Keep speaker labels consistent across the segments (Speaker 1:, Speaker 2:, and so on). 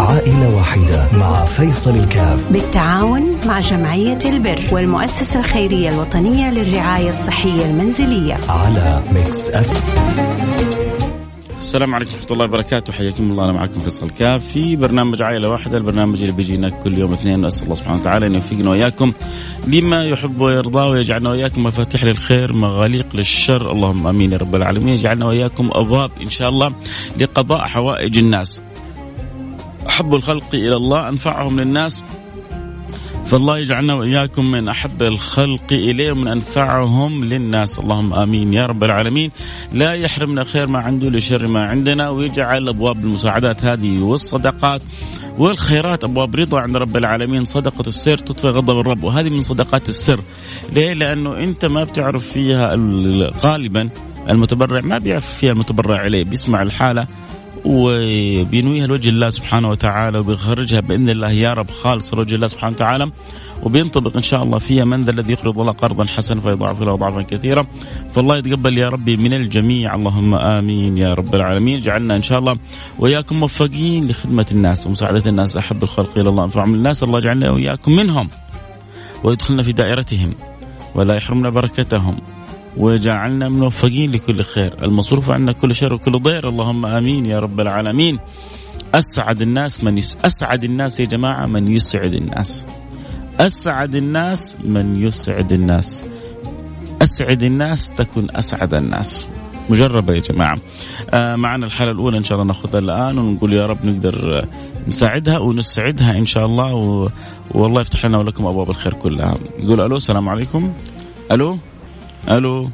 Speaker 1: عائلة واحدة مع فيصل الكاف
Speaker 2: بالتعاون مع جمعية البر والمؤسسة الخيرية الوطنية للرعاية الصحية المنزلية
Speaker 1: على ميكس أف.
Speaker 3: السلام عليكم ورحمة الله وبركاته، حياكم الله. أنا معكم فيصل كاف في برنامج عائلة واحدة، البرنامج اللي بيجينا كل يوم اثنين، وأسأل الله سبحانه وتعالى أن يوفقنا وإياكم لما يحب ويرضى، ويجعلنا وإياكم مفاتيح للخير مغاليق للشر، اللهم آمين يا رب العالمين. يجعلنا وإياكم أبواب إن شاء الله لقضاء حوائج الناس. أحب الخلق إلى الله أنفعهم للناس، فالله يجعلنا وإياكم من أحب الخلق إليه ومن أنفعهم للناس، اللهم آمين يا رب العالمين. لا يحرمنا خير ما عنده لشر ما عندنا، ويجعل أبواب المساعدات هذه والصدقات والخيرات أبواب رضا عند رب العالمين. صدقة السر تطفئ غضب الرب، وهذه من صدقات السر. ليه؟ لأنه أنت ما بتعرف فيها غالبا المتبرع، ما بيعرف فيها المتبرع عليه، بيسمع الحالة وبينويها لوجه الله سبحانه وتعالى، وبيخرجها بإذن الله يا رب خالص لوجه الله سبحانه وتعالى، وبينطبق إن شاء الله فيها من ذا الذي يقرض الله قرضا حسنا فيضاعف له أضعافا كثيرة. فالله يتقبل يا ربي من الجميع، اللهم آمين يا رب العالمين. جعلنا إن شاء الله وإياكم موفقين لخدمة الناس ومساعدة الناس. أحب الخلق إلى الله أنفعهم للناس، الله يجعلنا وإياكم منهم ويدخلنا في دائرتهم ولا يحرمنا بركتهم، وجعلنا موفقين لكل خير، المصروف عنا كل شر وكل ضير، اللهم آمين يا رب العالمين. أسعد الناس أسعد الناس يا جماعة من يسعد الناس. أسعد الناس من يسعد الناس. أسعد الناس تكن أسعد الناس. مجربة يا جماعة. معنا الحالة الأولى إن شاء الله نأخذها الآن، ونقول يا رب نقدر نساعدها ونسعدها إن شاء الله، والله يفتح لنا ولكم أبواب الخير كلها. يقول ألو، السلام عليكم. ألو ألو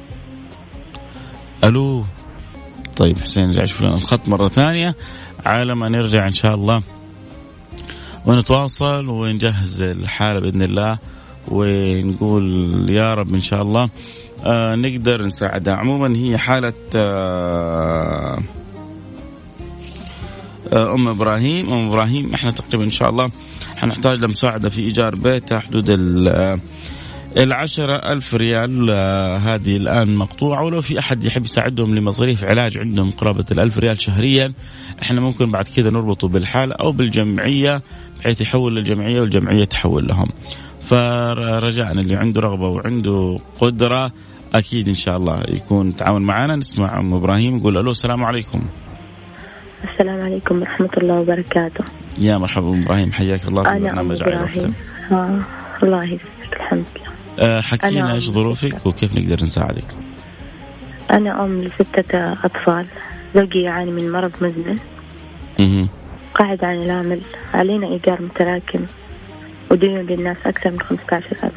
Speaker 3: ألو. طيب حسين نرجع نشوف لنا الخط مرة ثانية على ما نرجع إن شاء الله ونتواصل ونجهز الحالة بإذن الله، ونقول يا رب إن شاء الله نقدر نساعدها. عموما هي حالة أم إبراهيم إحنا تقريبا إن شاء الله حنحتاج لمساعدة في إيجار بيتها حدود 10,000 ريال. هذه الآن مقطوعة، ولو في أحد يحب يساعدهم لمصاريف علاج عندهم قرابة 1,000 ريال شهريا، إحنا ممكن بعد كذا نربطه بالحالة أو بالجمعية بحيث يحول للجمعية والجمعية تحول لهم. فرجاءً اللي عنده رغبة وعنده قدرة أكيد إن شاء الله يكون تعاون معنا. نسمع أم إبراهيم. يقول ألو، السلام عليكم.
Speaker 4: السلام عليكم ورحمة الله وبركاته.
Speaker 3: يا مرحبا أم إبراهيم، حياك الله في برنامج عائلة واحدة.
Speaker 4: الله يسعدك، الحمد لله.
Speaker 3: حكينا إيش ظروفك وكيف نقدر نساعدك.
Speaker 4: أنا أم ل6 أطفال، زوجي يعاني من مرض مزمن، قاعد عن العمل، علينا إيجار متراكم وديون للناس أكثر من 15,000.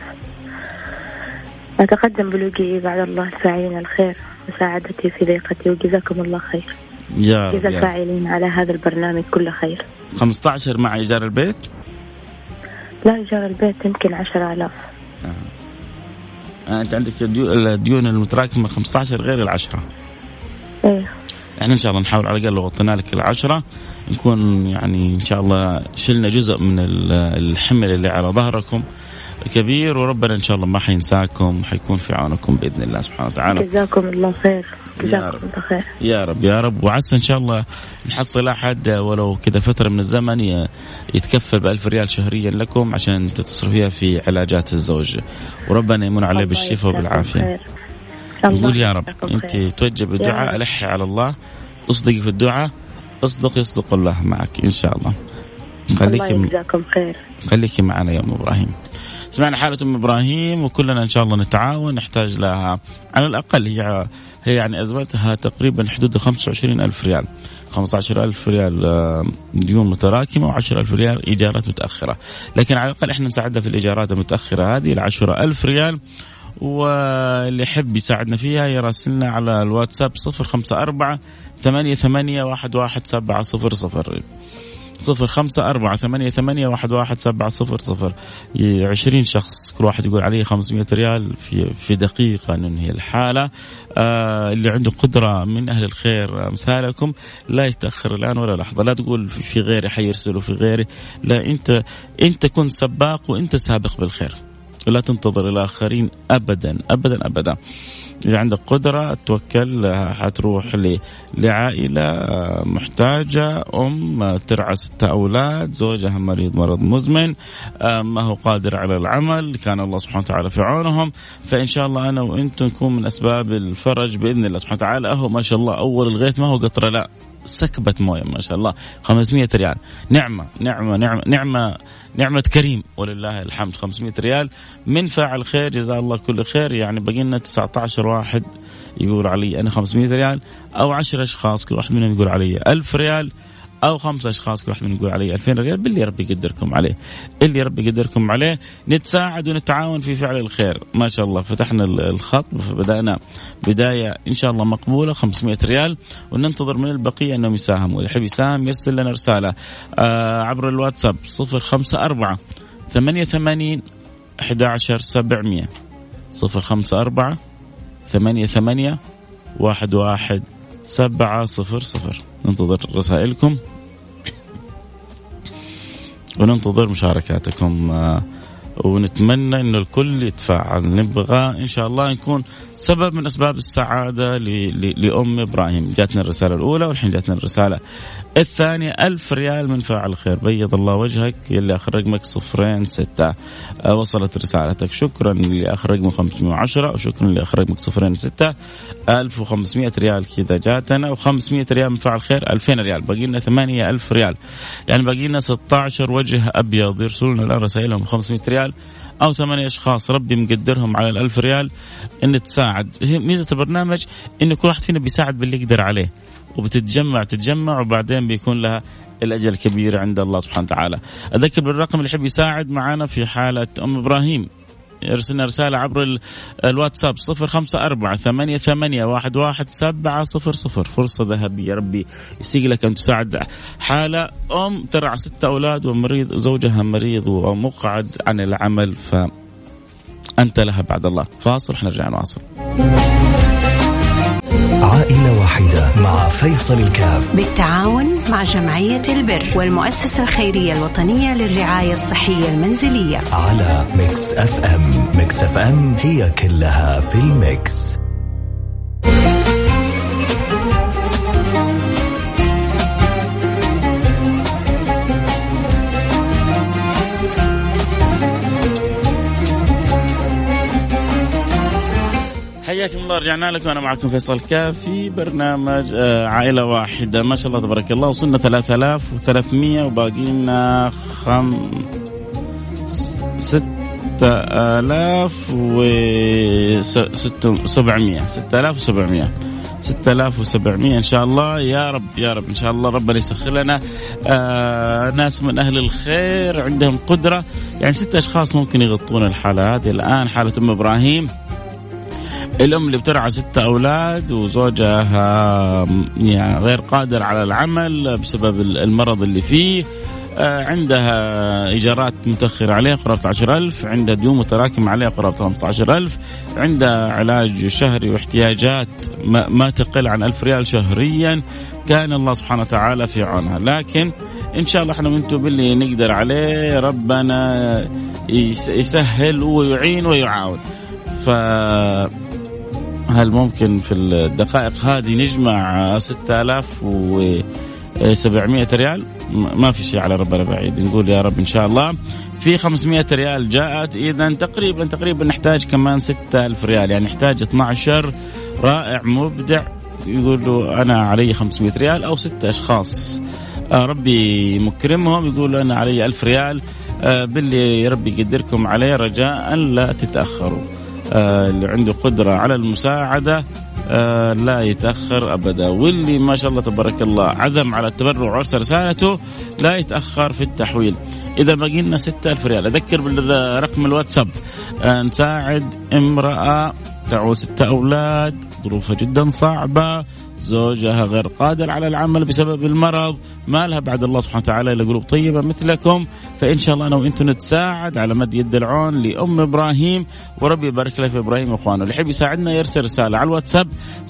Speaker 4: أتقدم بلوجي بعد الله الفاعلين الخير مساعدتي في ضيقتي، وجزاكم الله خير
Speaker 3: يا
Speaker 4: جزا الفاعلين على هذا البرنامج كل خير.
Speaker 3: 15 مع إيجار البيت؟
Speaker 4: لا، إيجار البيت يمكن 10,000.
Speaker 3: أنت عندك الديون المتراكمة 15 غير 10.
Speaker 4: إيه.
Speaker 3: إحنا إن شاء الله نحاول على الأقل لو غطينا لك 10 نكون يعني إن شاء الله شلنا جزء من الحمل اللي على ظهركم كبير، وربنا إن شاء الله ما حينساكم، حيكون في عونكم بإذن الله سبحانه وتعالى.
Speaker 4: جزاكم الله خير. جزاكم الله خير
Speaker 3: يا رب يا رب. وعسى إن شاء الله نحصل أحد ولو كذا فترة من الزمن يتكفل ب1,000 ريال شهريا لكم عشان تصرفيها في علاجات الزوج، وربنا يمن عليه بالشفاء والعافية. نقول يا رب أنت توجه بالدعاء، ألحي على الله، أصدقي في الدعاء، يصدق الله معك إن شاء الله. خليكي معنا يا أم إبراهيم. سمعنا حالة أم إبراهيم، وكلنا إن شاء الله نتعاون، نحتاج لها على الأقل هي يعني أزمتها تقريبا حدود 25,000 ريال، 15,000 ريال ديون متراكمة و10,000 ريال إيجارات متأخرة، لكن على الأقل إحنا نساعدها في الإيجارات المتأخرة هذه 10,000 ريال. واللي يحب يساعدنا فيها يراسلنا على الواتساب 054-88-11-700 054-88-11-700. 20 شخص كل واحد يقول عليه 500 ريال في دقيقة ننهي الحالة. اللي عنده قدرة من أهل الخير أمثالكم لا يتأخر الآن ولا لحظة، لا تقول في غيري حيرسلوا في غيري، لا، أنت كن سباق وأنت سابق بالخير. ولا تنتظر الآخرين أبدا أبدا أبدا. إذا عندك قدرة توكل، حتروح لعائلة محتاجة، ترعى 6 أولاد، زوجها مريض مرض مزمن، ما هو قادر على العمل، كان الله سبحانه وتعالى في عونهم. فإن شاء الله أنا وإنتم نكون من أسباب الفرج بإذن الله سبحانه وتعالى. أهو ما شاء الله أول الغيث ما هو قطرة، لا سكبة موية ما شاء الله. 500 ريال نعمة نعمة نعمة نعمة نعمة كريم ولله الحمد. 500 ريال من فاعل خير، جزاه الله كل خير. يعني بقينا 19 واحد يقول علي أنا 500 ريال، أو 10 أشخاص كل واحد منهم يقول علي 1000 ريال، أو 5 أشخاص كل واحد منهم يقول علي 2000 ريال. باللي ربي يقدركم عليه، اللي ربي يقدركم عليه. نتساعد ونتعاون في فعل الخير. ما شاء الله فتحنا الخط، فبدأنا بداية إن شاء الله مقبولة 500 ريال، وننتظر من البقية أنهم يساهموا. اللي يحب يساهم يرسل لنا رسالة عبر الواتساب 054 88 11700 054 88 11700. ننتظر رسائلكم وننتظر مشاركاتكم، ونتمنى أن الكل يتفاعل. نبغى إن شاء الله نكون سبب من أسباب السعادة لأم إبراهيم. جاتنا الرسالة الأولى والحين جاتنا الرسالة الثانية. 1000 ريال من فاعل خير، بيض الله وجهك. يلي آخر رقمك 06 وصلت رسالتك. شكرا اللي آخر رقمه 510، وشكرا اللي آخر رقمك 06. 1500 ريال كذا جاتنا، و500 ريال من فاعل خير 2000 ريال. باقي لنا 8000 ريال، يعني باقي لنا 16 وجه أبيض يرسلون الآن رسائلهم 500 ريال، أو 8 أشخاص ربي مقدرهم على 1000 ريال. إن تساعد، ميزة البرنامج إنه كل واحد فينا بيساعد باللي يقدر عليه، وبتتجمع وبعدين بيكون لها الأجر الكبير عند الله سبحانه وتعالى. أذكر بالرقم اللي يحب يساعد معنا في حالة أم إبراهيم، يرسلنا رسالة عبر الواتساب 054 88 11700. فرصة ذهبية، ربي يسيق لك أن تساعد حالة أم ترعى 6 أولاد ومريض، وزوجها مريض ومقعد عن العمل، فأنت لها بعد الله. فاصل حنرجع نواصل.
Speaker 1: عائلة واحدة مع فيصل الكاف
Speaker 2: بالتعاون مع جمعية البر والمؤسسة الخيرية الوطنية للرعاية الصحية المنزلية
Speaker 1: على ميكس اف ام. ميكس اف ام هي كلها في الميكس.
Speaker 3: حياكم الله، رجعنا لكم. أنا معكم فيصل الكاف في برنامج عائلة واحدة. ما شاء الله تبارك الله، وصلنا 3300 وباقي لنا 6700 إن شاء الله. يا رب يا رب إن شاء الله ربنا يسخر لنا ناس من أهل الخير عندهم قدرة. يعني 6 أشخاص ممكن يغطون الحالة هذه. الآن حالة أم إبراهيم، الأم اللي بترعى 6 أولاد وزوجها يعني غير قادر على العمل بسبب المرض اللي فيه، عندها إيجارات متأخرة عليها قرابة 10,000، عندها ديون متراكم عليها قرابة 15,000، عندها علاج شهري واحتياجات ما تقل عن 1000 ريال شهريا. كان الله سبحانه وتعالى في عونها، لكن إن شاء الله احنا وانتم باللي نقدر عليه ربنا يسهل ويعين ويعاون. هل ممكن في الدقائق هذه نجمع 6700 ريال؟ ما في شيء على ربنا بعيد. نقول يا رب إن شاء الله. في 500 ريال جاءت، إذن تقريبا نحتاج كمان 6000 ريال، يعني نحتاج 12 رائع مبدع يقولوا أنا علي 500 ريال، أو 6 أشخاص ربي مكرمهم يقولوا أنا علي 1000 ريال. باللي ربي يقدركم عليه رجاء لا تتأخروا. اللي عنده قدرة على المساعدة لا يتأخر أبدا، واللي ما شاء الله تبارك الله عزم على التبرع وأرسل رسالته لا يتأخر في التحويل. إذا باقي لنا 6000 ريال، أذكر بالرقم الواتساب. نساعد امرأة تعول 6 أولاد، ظروفها جدا صعبة، زوجها غير قادر على العمل بسبب المرض، ما لها بعد الله سبحانه وتعالى إلا قلوب طيبة مثلكم. فإن شاء الله أنا وإنتم نتساعد على مد يد العون لأم إبراهيم، وربي يبارك له في إبراهيم وإخوانه. اللي يحب يساعدنا يرسل رسالة على الواتساب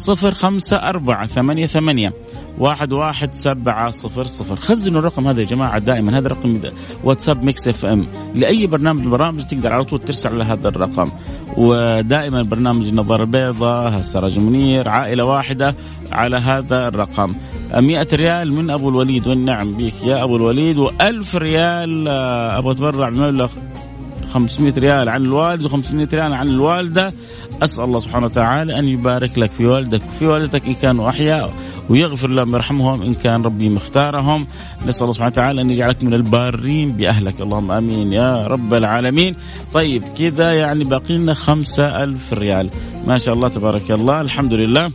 Speaker 3: 0548811700. خزنوا الرقم هذا يا جماعة دائما، هذا رقم واتساب ميكس اف ام، لأي برنامج من البرامج تقدر على طول ترسل على هذا الرقم. ودائما برنامج النظارة البيضاء، السراج منير، عائلة واحدة على هذا الرقم. 100 ريال من أبو الوليد، والنعم بك يا أبو الوليد، و1000 ريال أبغى أتبرع بمبلغ 500 ريال عن الوالد و500 ريال عن الوالدة. أسأل الله سبحانه وتعالى أن يبارك لك في والدك وفي والدتك إن كانوا أحياء، ويغفر لهم ويرحمهم إن كان ربي مختارهم. نسأل الله سبحانه وتعالى أن يجعلك من البارين بأهلك، اللهم آمين يا رب العالمين. طيب كذا يعني باقي لنا 5000 ريال، ما شاء الله تبارك الله، الحمد لله.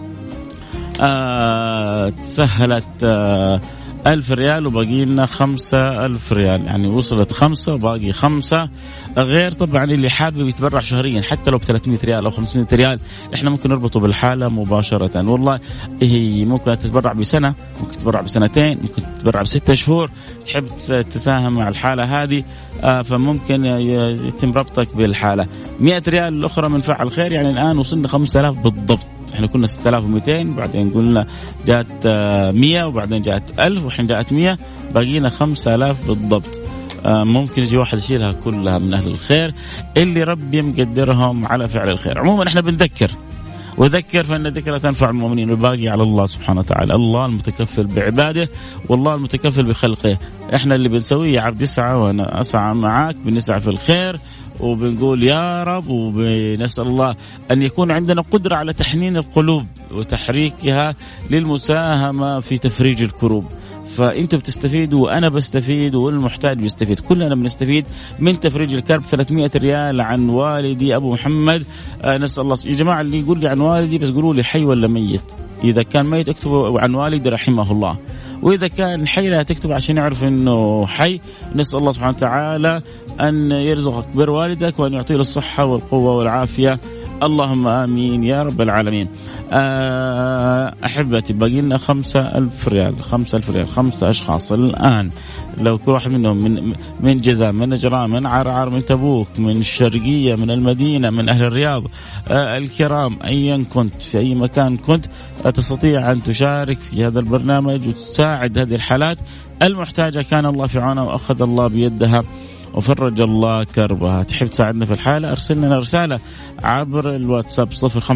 Speaker 3: تسهلت 1000 ريال وباقي لنا 5000 ريال، يعني وصلت 5 وباقي 5. غير طبعا اللي حابب يتبرع شهريا حتى لو ب300 ريال أو 500 ريال، إحنا ممكن نربطه بالحالة مباشرة. والله هي ممكن تتبرع بسنة، ممكن تتبرع بسنتين، ممكن تتبرع ب6 شهور، تحب تساهم مع الحالة هذه فممكن يتم ربطك بالحالة. 100 ريال الأخرى من فعل خير، يعني الآن وصلنا 5000 بالضبط. احنا كنا 6200 وبعدين قلنا جاءت 100 وبعدين جاءت 1000 وحين جاءت 100 باقينا 5000 بالضبط. ممكن يجي واحد يشيلها كلها من أهل الخير اللي ربي مقدرهم على فعل الخير. عموما احنا بنذكر وذكر فإن الذكرى تنفع المؤمنين، والباقي على الله سبحانه وتعالى. الله المتكفل بعباده والله المتكفل بخلقه. احنا اللي بنسويه يا عبد اسعى وانا اسعى معاك، بنسعى في الخير وبنقول يا رب، وبنسأل الله أن يكون عندنا قدرة على تحنين القلوب وتحريكها للمساهمة في تفريج الكروب. فأنتم بتستفيدوا وأنا بستفيد والمحتاج بيستفيد، كلنا بنستفيد من تفريج الكرب. 300 ريال عن والدي أبو محمد. نسأل الله يا جماعة اللي يقول لي عن والدي بس قولوا لي حي ولا ميت. إذا كان ميت اكتبوا عن والدي رحمه الله، وإذا كان حي لا تكتب عشان يعرف إنه حي. نسأل الله سبحانه وتعالى أن يرزقك بر والدك وأن يعطيه الصحة والقوة والعافية، اللهم آمين يا رب العالمين. أحبتي باقي لنا 5000 ريال. 5000 ريال 5 أشخاص الآن، لو كل واحد منهم من جزام، من نجران، من عرعر، من تبوك، من الشرقية، من المدينة، من أهل الرياض الكرام، أيا كنت في أي مكان كنت تستطيع أن تشارك في هذا البرنامج وتساعد هذه الحالات المحتاجة. كان الله في عونها وأخذ الله بيدها وفرج الله كربها. تحب تساعدنا في الحالة أرسل لنا رسالة عبر الواتساب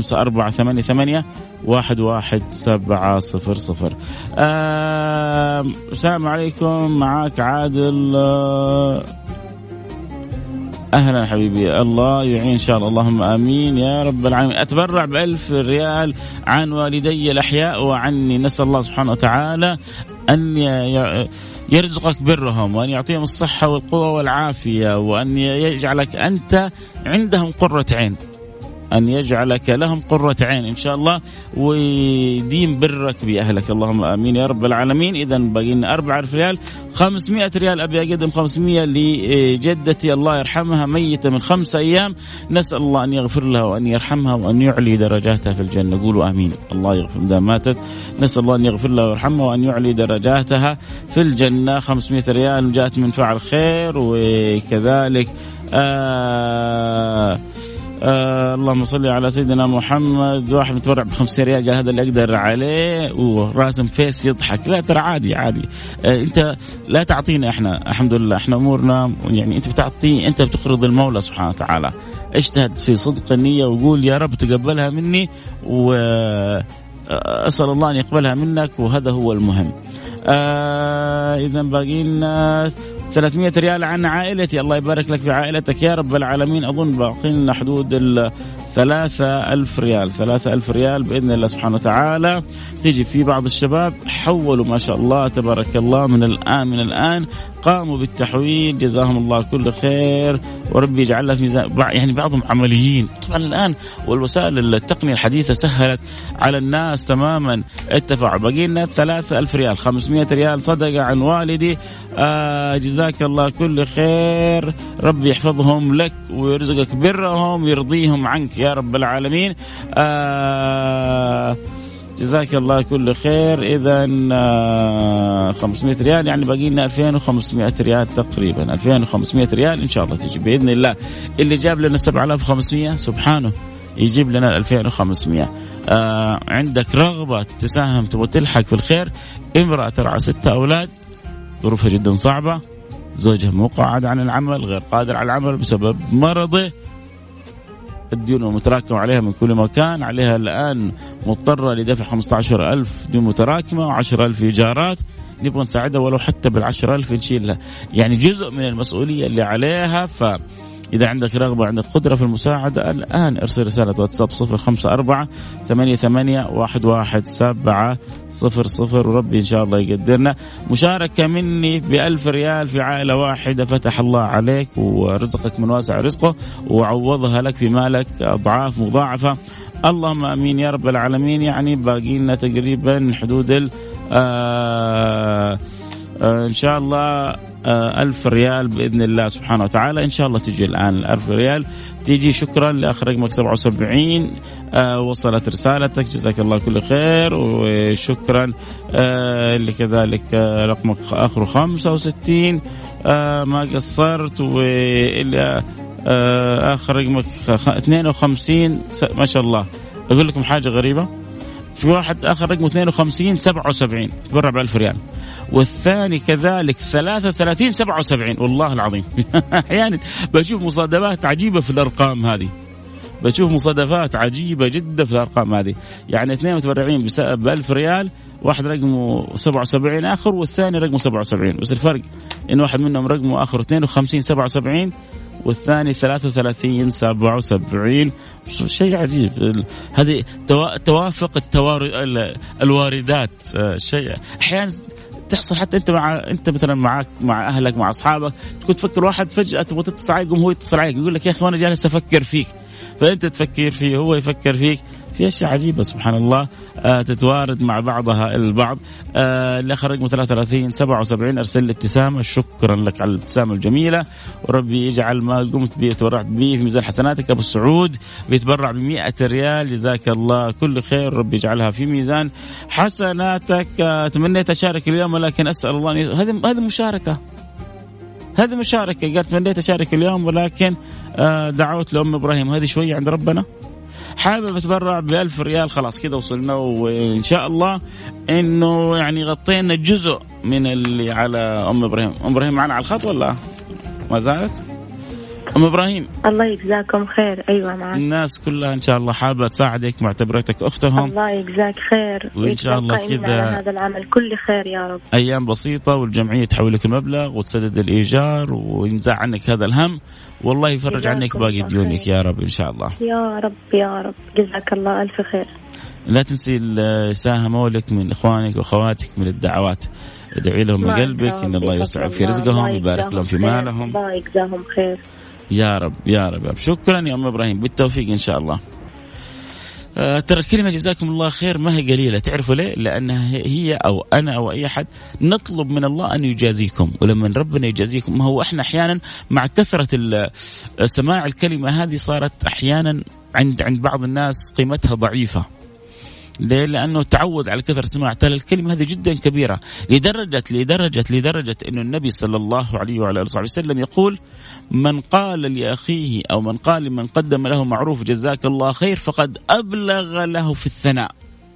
Speaker 3: 0548811700. السلام عليكم، معاك عادل. أهلا حبيبي، الله يعين إن شاء الله، اللهم آمين يا رب العالمين. أتبرع ب1000 ريال عن والدي الأحياء وعني. نسأل الله سبحانه وتعالى أن يرزقك برهم وأن يعطيهم الصحة والقوة والعافية، وأن يجعلك أنت عندهم قرة عين، أن يجعلك لهم قرة عين إن شاء الله، ويديم برك بأهلك، اللهم آمين يا رب العالمين. إذا بقينا 4000 ريال. 500 ريال أبي أقدم 500 لجدتي الله يرحمها، ميتة من 5 أيام. نسأل الله أن يغفر لها وأن يرحمها وأن يعلي درجاتها في الجنة. قولوا آمين. الله يغفر لها ماتت، نسأل الله أن يغفر لها ويرحمها وأن يعلي درجاتها في الجنة. 500 ريال جاءت من فعل خير. وكذلك اللهم صل على سيدنا محمد. واحد متبرع ب5 ريال قال هذا اللي أقدر عليه، وراسم فيس يضحك. لا ترى عادي عادي، أنت لا تعطينا، إحنا الحمد لله إحنا أمورنا يعني أنت بتعطي، أنت بتقرض المولى سبحانه وتعالى. اجتهد في صدق النية وقول يا رب تقبلها مني، وأسأل الله أن يقبلها منك، وهذا هو المهم. إذا باقي لنا 300 ريال عن عائلتي. الله يبارك لك في عائلتك يا رب العالمين. أظن باقي لنا حدود 3000 ريال. 3000 ريال بإذن الله سبحانه وتعالى تيجي في بعض الشباب حولوا ما شاء الله تبارك الله من الآن قاموا بالتحويل، جزاهم الله كل خير وربي يجعلها في ميزان. يعني بعضهم عمليين طبعا الآن، والوسائل التقنية الحديثة سهلت على الناس تماما التفاعل. باقي لنا 3000 ريال. 500 ريال صدقة عن والدي. جزاك الله كل خير، ربي يحفظهم لك ويرزقك برهم ويرضيهم عنك يا رب العالمين. جزاك الله كل خير. إذا 500 ريال يعني باقي لنا 2500 ريال تقريبا. 2500 ريال إن شاء الله تجي بإذن الله. اللي جاب لنا 7500 سبحانه يجيب لنا 2500. عندك رغبة تساهم تبغى تلحق في الخير، امرأة ترعى 6 أولاد، ظروفها جدا صعبة، زوجها مقعد عن العمل، غير قادر على العمل بسبب مرضه، الديون المتراكمة عليها من كل مكان، عليها الآن مضطرة لدفع 15,000 ديون متراكمة و10,000 إيجارات. نبغى نساعدها ولو حتى بال10,000 نشيلها، يعني جزء من المسؤولية اللي عليها. فإذا عندك رغبة عندك قدرة في المساعدة الآن ارسل رسالة واتساب 0548811700 وربي إن شاء الله يقدرنا. مشاركة مني ب1000 ريال في عائلة واحدة فتح الله عليك ورزقك من واسع رزقه وعوضها لك في مالك أضعاف مضاعفة. اللهم آمين يا رب العالمين. يعني باقي لنا تقريبا حدود إن شاء الله 1000 ريال بإذن الله سبحانه وتعالى. إن شاء الله تجي الآن 1000 ريال تيجي. شكرا لآخر رقمك 77 وصلت رسالتك، جزاك الله كل خير. وشكرا لكذلك رقمك آخر 65 ما قصرت. واللي آخر رقمك 52 ما شاء الله. أقول لكم حاجة غريبة، في واحد آخر رقمه 52 77 تبرع ب1000 ريال، والثاني كذلك 33 77 والله العظيم. يعني بشوف مصادفات عجيبة في الأرقام هذه، بشوف مصادفات عجيبة جدا في الأرقام هذه. يعني 2 متبرعين ب1000 ريال، واحد رقمه 77 آخر والثاني رقمه 77، بس الفرق إن واحد منهم رقمه آخر 52 77 والثاني 33 77. شيء عجيب هذه توافق الواردات. شيء أحيانا تحصل حتى أنت مثلا مع أهلك مع أصحابك، تكون تفكر واحد فجأة تبغى تتصل عليك هو يتصل عليك يقول لك يا أخي أنا جالس أفكر فيك، فأنت تفكر فيه هو يفكر فيك. في أشياء عجيبة سبحان الله تتوارد مع بعضها البعض. الآخر رقم 33 77 أرسل لي ابتسامة، شكرا لك على الابتسامة الجميلة، وربي يجعل ما قمت به وتبرعت به في ميزان حسناتك. أبو السعود بيتبرع ب100 ريال، جزاك الله كل خير، ربي يجعلها في ميزان حسناتك. تمنيت أشارك اليوم ولكن أسأل الله هذه مشاركة قالت تمنيت أشارك اليوم ولكن دعوت لأم إبراهيم، هذه شوية عند ربنا. حابب أتبرع ب1000 ريال، خلاص كده وصلنا، وإن شاء الله إنه يعني غطينا جزء من اللي على أم إبراهيم. أم إبراهيم معنا على الخط ولا ما زالت؟ أم إبراهيم
Speaker 4: الله يجزاكم خير. أيوة معك. الناس
Speaker 3: كلها إن شاء الله حابة تساعدك، معتبرتك أختهم.
Speaker 4: الله يجزاك خير،
Speaker 3: وإن شاء الله كذا
Speaker 4: هذا العمل كل خير يا رب.
Speaker 3: أيام بسيطة والجمعية تحول لك المبلغ وتسدد الإيجار وينزع عنك هذا الهم، والله يفرج عنك باقي ديونك يا رب إن شاء الله.
Speaker 4: يا رب يا رب، جزاك الله ألف خير.
Speaker 3: لا تنسي ساهموا لك من إخوانك وأخواتك من الدعوات، ادعي لهم من قلبك إن الله يوسع في رزقهم، يبارك لهم في مالهم،
Speaker 4: الله يجزاهم خير
Speaker 3: يا رب يا رب. شكرا يا أم إبراهيم، بالتوفيق إن شاء الله. ترى كلمة جزاكم الله خير ما هي قليلة، تعرفوا ليه؟ لأنها هي أو أنا أو أي أحد نطلب من الله أن يجازيكم، ولما ربنا يجازيكم ما هو إحنا أحيانا مع كثرة سماع الكلمة هذه صارت أحيانا عند بعض الناس قيمتها ضعيفة. ليه؟ لأنه تعود على كثرة سماع الكلمة هذه جدا كبيرة، لدرجة أنه النبي صلى الله عليه وعلى آله وسلم يقول: من قال لأخيه أو من قال لمن قدم له معروف جزاك الله خير فقد أبلغ له في الثناء.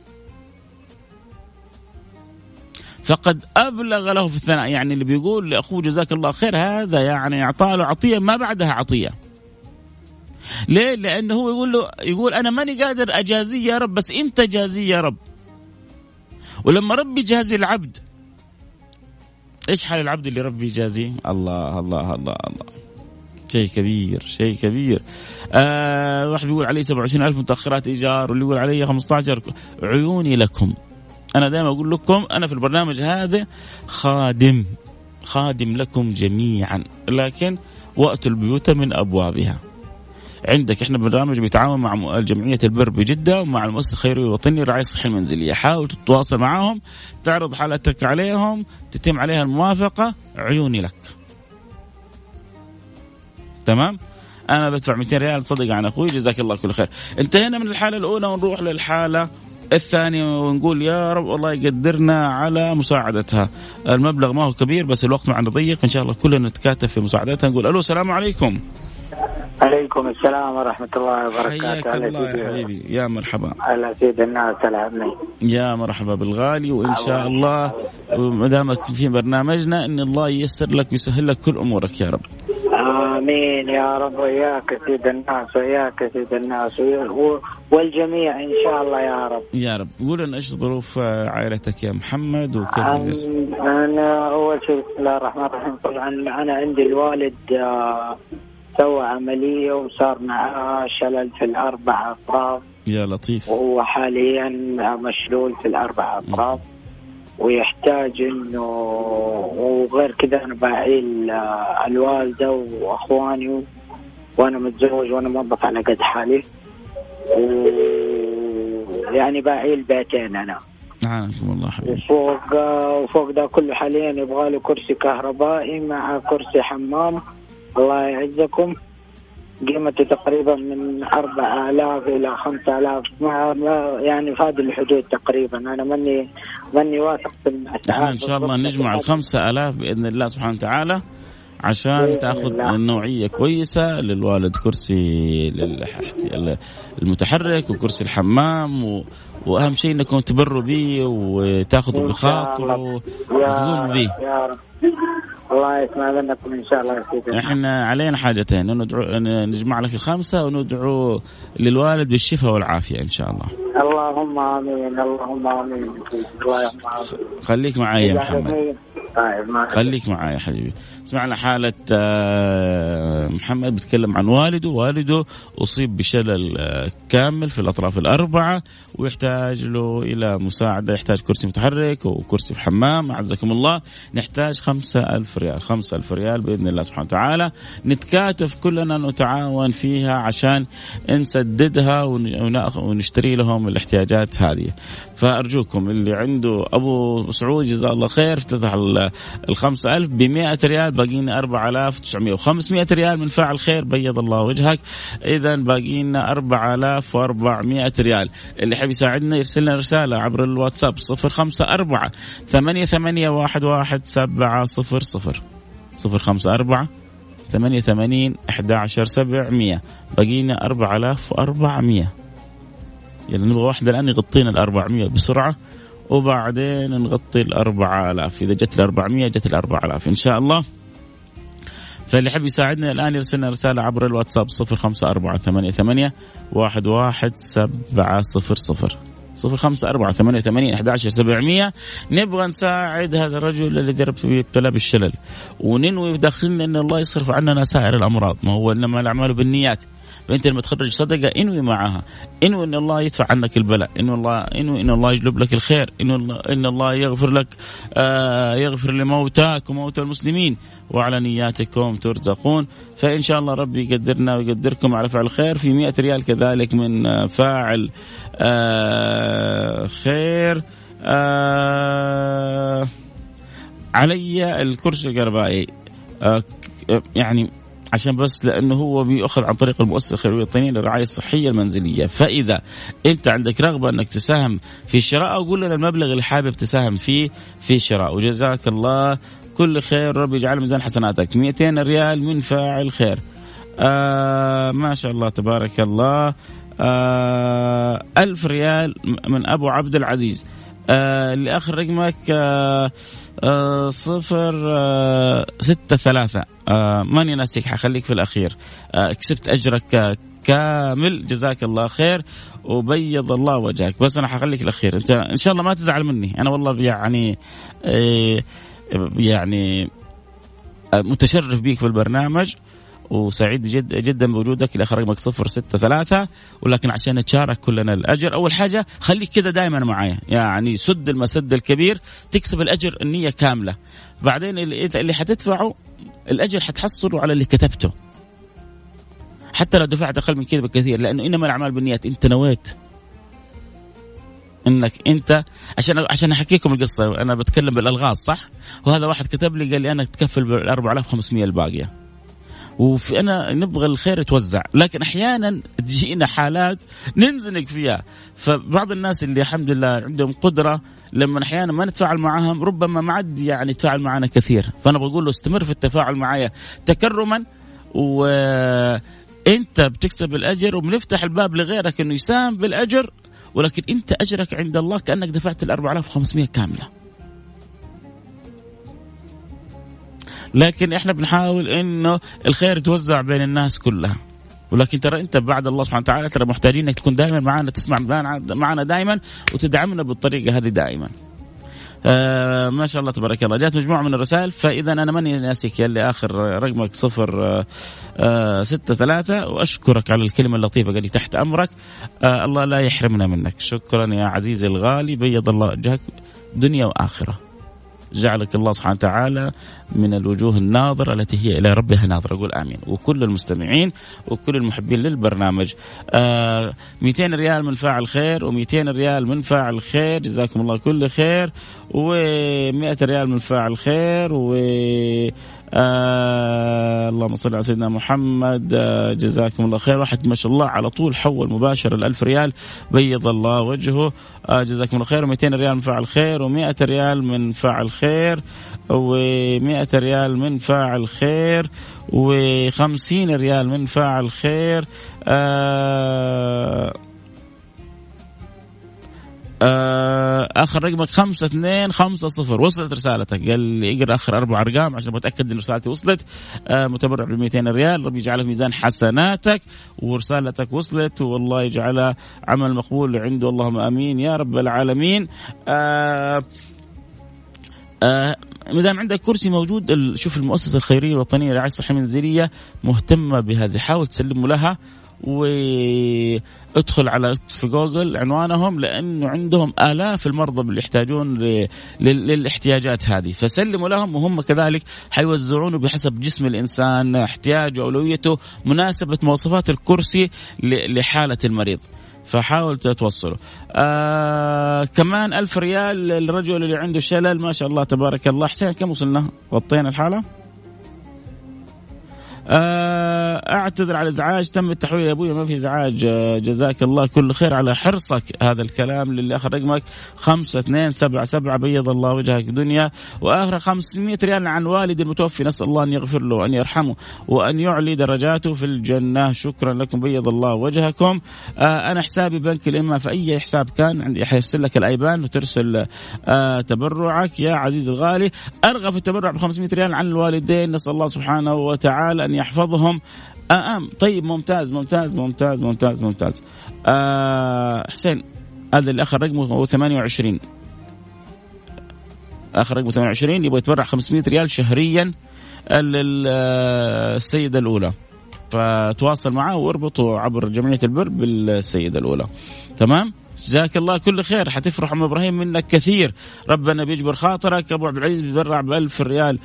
Speaker 3: يعني اللي بيقول لأخوه جزاك الله خير هذا يعني أعطاه عطية ما بعدها عطية. ليه؟ لأنه هو يقول أنا ماني قادر أجازي يا رب، بس أنت جازي يا رب. ولما ربي جازي العبد، إيش حال العبد اللي ربي جازيه؟ الله الله الله الله، شيء كبير. واحد بيقول علي 27,000 متأخرات إيجار، واللي يقول علي 15. عيوني لكم، أنا دائما أقول لكم أنا في البرنامج هذا خادم لكم جميعا، لكن وقت البيوت من أبوابها. عندك احنا برنامج بيتعاون مع جمعية البر بجدة ومع المؤسسة الخيرية الوطنية للرعاية الصحية المنزلية. حاول تتواصل معهم، تعرض حالتك عليهم، تتم عليها الموافقة، عيوني لك. تمام؟ أنا بدفع 200 ريال صدق عن أخوي، جزاك الله كل خير. انتهينا من الحالة الأولى ونروح للحالة الثاني ونقول يا رب الله يقدرنا على مساعدتها. المبلغ ما هو كبير بس الوقت معنا ضيق، إن شاء الله كلنا نتكاتف في مساعدتها. نقول ألو السلام عليكم.
Speaker 5: عليكم السلام ورحمة الله وبركاته.
Speaker 3: حياك الله يا حبيبي، يا مرحبا.
Speaker 5: على سيد الناس العامين.
Speaker 3: يا مرحبا بالغالي، وإن شاء الله مدامك في برنامجنا إن الله ييسر لك ويسهل لك كل أمورك يا رب.
Speaker 5: آمين يا رب، وياك سيد الناس، وياك سيد الناس والجميع إن شاء الله يا رب.
Speaker 3: يا رب. قول لنا إيش ظروف عائلتك يا محمد وكيف؟
Speaker 5: أنا أول شيء بسم الله الرحمن الرحيم. طبعا أنا عندي الوالد سوى عملية وصار معاه شلل في الأربع أطراف.
Speaker 3: يا لطيف.
Speaker 5: وهو حاليا مشلول في الأربع أطراف ويحتاج إنه، وغير كذا أنا بعيل الوالدة وأخواني وأنا متزوج وأنا موظف على قد حالي، يعني بعيل بيتين أنا.
Speaker 3: نعمكم الله حبيبي.
Speaker 5: وفوق ده كله حاليا يبغى له كرسي كهربائي مع كرسي حمام. الله يعزكم. قيمته تقريبا من 4000 إلى 5000 يعني في هذه الحدود تقريبا. أنا ماني واثق
Speaker 3: احنا إن شاء الله نجمع 5000 بإذن الله سبحانه وتعالى عشان تأخذ نوعية كويسة للوالد، كرسي المتحرك وكرسي الحمام، وأهم شيء أنكم تبروا به وتأخذوا بخاطره وتقوموا به.
Speaker 5: الله يسمع منكم إن شاء الله.
Speaker 3: إحنا علينا حاجتين، نجمع لك 5 وندعو للوالد بالشفاء والعافية إن شاء الله.
Speaker 5: اللهم آمين، اللهم آمين.
Speaker 3: خليك معي يا محمد. خليك معي يا حبيبي. سمعنا حالة محمد بيتكلم عن والده أصيب بشلل كامل في الأطراف الأربعة ويحتاج له إلى مساعدة، يحتاج كرسي متحرك وكرسي بحمام. أعزكم الله. نحتاج 5000 ريال، 5000 ريال بإذن الله سبحانه وتعالى. نتكاتف كلنا نتعاون فيها عشان نسددها ونشتري لهم الاحتياجات هذه. فأرجوكم اللي عنده أبو سعود جزاه الله خير افتتح 5000 ب100 ريال، باقينا 4900 و500 ريال من فاعل خير بيض الله وجهك. إذا باقينا 4400 ريال. اللي حاب يساعدنا يرسل لنا رسالة عبر الواتساب 054 88 11700 054 88 11700. باقينا 4400. يلا نبغى واحدة الآن يغطينا 400 بسرعة وبعدين نغطي 4000. إذا جت 400 جت 4000 إن شاء الله. فاللي حب يساعدنا الآن يرسلنا رسالة عبر الواتساب 054 88 11700 054 88 11700. نبغى نساعد هذا الرجل الذي ابتلى بالشلل وننوي داخلنا أن الله يصرف عننا سائر الأمراض. ما هو إنما الأعمال بالنيات. فأنت لما تخرج صدقة انوي معها، انوي ان الله يدفع عنك البلاء، انوي ان الله يجلب لك الخير، ان الله يغفر لك، يغفر لموتاك وموتى المسلمين، وعلى نياتكم ترزقون. فإن شاء الله ربي يقدرنا ويقدركم على فعل خير. في 100 ريال كذلك من فاعل خير علي الكرسي الكهربائي، يعني عشان بس لأنه هو بيأخذ عن طريق المؤسسة الخيرية الوطنية للرعاية الصحية المنزلية. فإذا أنت عندك رغبة أنك تساهم في الشراء أقول لنا المبلغ اللي حابب تساهم فيه في الشراء، وجزاك الله كل خير. ربي يجعل ميزان حسناتك. 200 ريال من فاعل خير. ما شاء الله تبارك الله. 1000 ريال من أبو عبد العزيز. اللي آخر رقمك 063. ماني ناسيك، حخليك في الأخير. كسبت أجرك كامل، جزاك الله خير وبيض الله وجهك. بس أنا حخليك الأخير، أنت إن شاء الله ما تزعل مني. أنا والله يعني متشرف بيك في البرنامج وسعيد جدا بوجودك. الأخير رقمك 063. ولكن عشان نتشارك كلنا الأجر، أول حاجة خليك كده دائما معايا، يعني سد المسد الكبير تكسب الأجر النية كاملة. بعدين اللي حتدفعه الأجر حتحصله على اللي كتبته، حتى لو دفعت أقل من كده بكثير، لأنه إنما الأعمال بالنيات. أنت نويت انك انت عشان احكيكم القصه. انا بتكلم بالالغاز صح، وهذا واحد كتب لي قال لي انا تكفل بال 4500 الباقيه، أنا نبغى الخير يتوزع، لكن أحيانا تجينا حالات ننزنق فيها. فبعض الناس اللي الحمد لله عندهم قدرة لما أحيانا ما نتفاعل معهم ربما ما عاد يعني يتفاعل معنا كثير. فأنا بقول له استمر في التفاعل معايا تكرما، وأنت بتكسب الأجر وبنفتح الباب لغيرك إنه يساهم بالأجر، ولكن أنت أجرك عند الله كأنك دفعت 4500 كاملة. لكن إحنا بنحاول إنه الخير يتوزع بين الناس كلها، ولكن ترى أنت بعد الله سبحانه وتعالى ترى محتاجين إنك تكون دائما معنا، تسمع معنا دائما وتدعمنا بالطريقة هذه دائما. ما شاء الله تبارك الله. جاءت مجموعة من الرسائل، فإذا أنا ماني ناسيك يلي آخر رقمك 063، وأشكرك على الكلمة اللطيفة قال لي تحت أمرك. الله لا يحرمنا منك. شكرا يا عزيزي الغالي، بيض الله وجهك دنيا وآخرة، جعلك الله سبحانه وتعالى من الوجوه الناظرة التي هي إلى ربها ناظرة. أقول آمين. وكل المستمعين وكل المحبين للبرنامج 200 ريال من فاعل خير، و200 ريال من فاعل خير، جزاكم الله كل خير، و100 ريال من فاعل خير، و اللهم صل على سيدنا محمد. جزاكم الله خير. واحد ما شاء الله على طول حول مباشر 1000 ريال، بيض الله وجهه. جزاكم الله خير. 200 ريال من فاعل خير، و100 ريال من فاعل خير، و100 ريال من فاعل خير، و50 ريال من فاعل خير. آخر رقمك 5250. وصلت رسالتك، قال لي اقرأ آخر 4 أرقام عشان بتأكد إن رسالتي وصلت. متبرع ب200 ريال، ربي يجعله في ميزان حسناتك، ورسالتك وصلت، والله يجعلها عمل مقبول عنده، اللهم آمين يا رب العالمين. مدام عندك كرسي موجود، شوف المؤسسة الخيرية الوطنية للرعاية الصحية المنزلية مهتمة بهذه، حاول تسلموا لها، وادخل على في جوجل عنوانهم، لأنه عندهم آلاف المرضى اللي يحتاجون للاحتياجات هذه، فسلموا لهم، وهم كذلك حيوزعونه بحسب جسم الإنسان، احتياجه، أولويته، مناسبة مواصفات الكرسي لحالة المريض، فحاول تتوصلوا. كمان 1000 ريال للرجل اللي عنده شلل، ما شاء الله تبارك الله. حسين كم وصلنا؟ غطينا الحالة. اعتذر على الازعاج، تم التحويل يا ابويا، ما في ازعاج. جزاك الله كل خير على حرصك. هذا الكلام للي اخر رقمك 5277، بيض الله وجهك دنيا. واخر 500 ريال عن والدي المتوفي، نسال الله ان يغفر له وان يرحمه وان يعلي درجاته في الجنه. شكرا لكم، بيض الله وجهكم. انا حسابي بنك الامه، في اي حساب كان عندي حيرسل لك الايبان وترسل تبرعك يا عزيز الغالي. ارغب في التبرع ب 500 ريال عن الوالدين، نسال الله سبحانه وتعالى أن يحفظهم. طيب ممتاز ممتاز ممتاز ممتاز ممتاز. حسين هذا الآخر رقمه هو 28، آخر رقمه 28، يبغى يتبرع 500 ريال شهريا للسيدة الأولى، فتواصل معه واربطوا عبر جمعية البر بالسيدة الأولى. تمام، جزاك الله كل خير. حتفرح أم إبراهيم منك كثير، ربنا بيجبر خاطرك. أبو عبد العزيز بيتبرع ب1000 ريال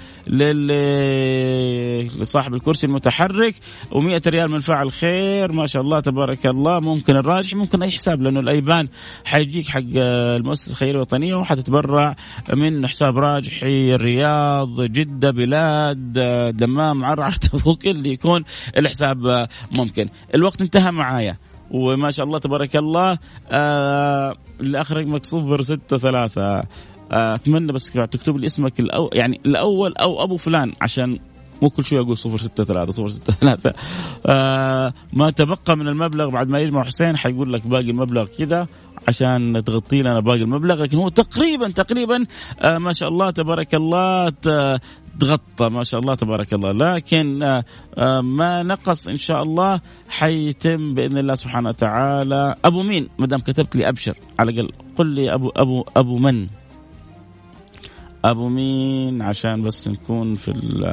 Speaker 3: لصاحب الكرسي المتحرك، و100 ريال من فاعل خير، ما شاء الله تبارك الله. ممكن الراجح، ممكن أي حساب، لأنه الأيبان حيجيك حق المؤسسة الخيرية الوطنية، وحتتبرع من حساب راجحي، الرياض، جدة، بلاد، دمام، عرعر، تبوك، اللي يكون الحساب ممكن. الوقت انتهى معايا، وما شاء الله تبارك الله. الآخر رقمك 063. أتمنى بس تكتب لي اسمك يعني الأول أو أبو فلان، عشان مو كل شوي أقول 063 063. ما تبقى من المبلغ بعد ما يجمع حسين حيقول لك باقي المبلغ كذا عشان تغطي لنا باقي المبلغ، لكن هو تقريبا ما شاء الله تبارك الله تغطى، ما شاء الله تبارك الله. لكن ما نقص إن شاء الله حيتم بإذن الله سبحانه وتعالى. أبو مين؟ مدام كتبت لي أبشر، على الأقل قل لي أبو من؟ أبو مين عشان بس نكون في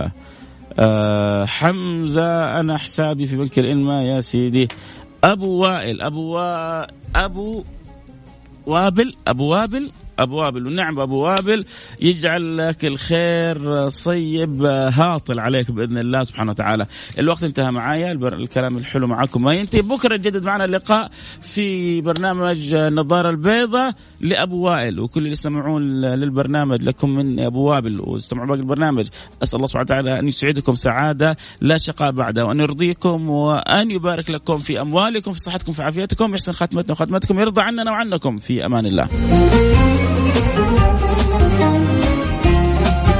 Speaker 3: حمزة. أنا حسابي في بنك الإنما يا سيدي. أبو وائل، أبو وابل أبو وابل. ونعم أبو وابل يجعل لك الخير صيب هاطل عليك بإذن الله سبحانه وتعالى. الوقت انتهى معايا، الكلام الحلو معكم ما ينتهي. بكرة يجدد معنا اللقاء في برنامج النظارة البيضاء لأبو وائل، وكل اللي يستمعون للبرنامج لكم من أبو وابل واستمعوا باقي البرنامج، أسأل الله سبحانه وتعالى أن يسعدكم سعادة لا شقاء بعدها، وأن يرضيكم وأن يبارك لكم في أموالكم، في صحتكم، في عافيتكم، يحسن خاتمتنا وخاتمتكم، يرضى عننا وعنكم. في أمان الله.